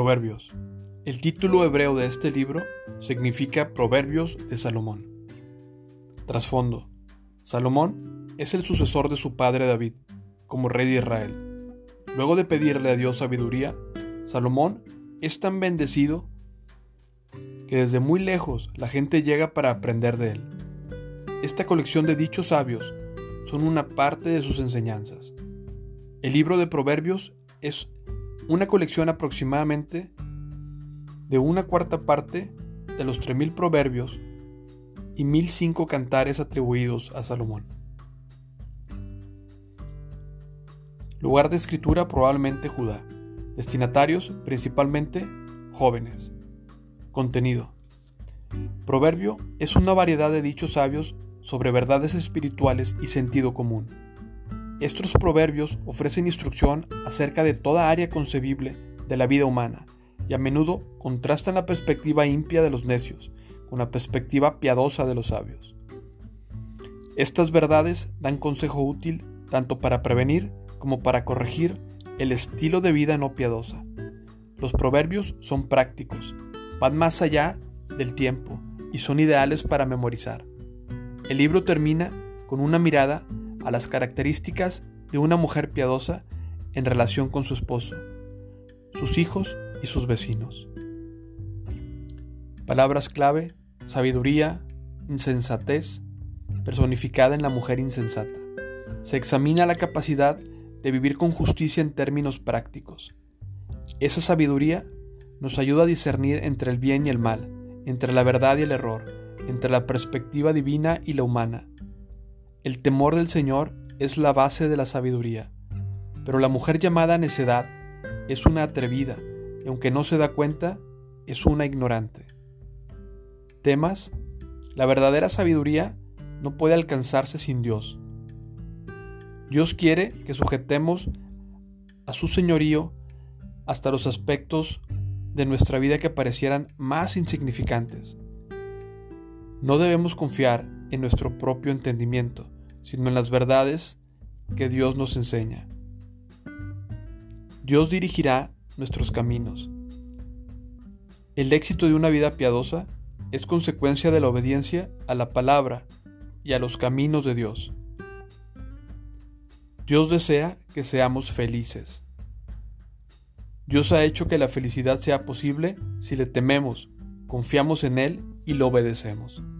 Proverbios. El título hebreo de este libro significa Proverbios de Salomón. Trasfondo. Salomón es el sucesor de su padre David, como rey de Israel. Luego de pedirle a Dios sabiduría, Salomón es tan bendecido que desde muy lejos la gente llega para aprender de él. Esta colección de dichos sabios son una parte de sus enseñanzas. El libro de Proverbios es una colección aproximadamente de 1/4 parte de los 3000 proverbios y 1005 cantares atribuidos a Salomón. Lugar de escritura probablemente Judá. Destinatarios principalmente jóvenes. Contenido. Proverbio es una variedad de dichos sabios sobre verdades espirituales y sentido común. Estos proverbios ofrecen instrucción acerca de toda área concebible de la vida humana y a menudo contrastan la perspectiva impía de los necios con la perspectiva piadosa de los sabios. Estas verdades dan consejo útil tanto para prevenir como para corregir el estilo de vida no piadosa. Los proverbios son prácticos, van más allá del tiempo y son ideales para memorizar. El libro termina con una mirada a las características de una mujer piadosa en relación con su esposo, sus hijos y sus vecinos. Palabras clave: sabiduría, insensatez, personificada en la mujer insensata. Se examina la capacidad de vivir con justicia en términos prácticos. Esa sabiduría nos ayuda a discernir entre el bien y el mal, entre la verdad y el error, entre la perspectiva divina y la humana. El temor del Señor es la base de la sabiduría, pero la mujer llamada necedad es una atrevida y aunque no se da cuenta, es una ignorante. Temas: la verdadera sabiduría no puede alcanzarse sin Dios. Dios quiere que sujetemos a su señorío hasta los aspectos de nuestra vida que parecieran más insignificantes. No debemos confiar en nuestro propio entendimiento, sino en las verdades que Dios nos enseña. Dios dirigirá nuestros caminos. El éxito de una vida piadosa es consecuencia de la obediencia a la palabra y a los caminos de Dios. Dios desea que seamos felices. Dios ha hecho que la felicidad sea posible si le tememos, confiamos en Él y lo obedecemos.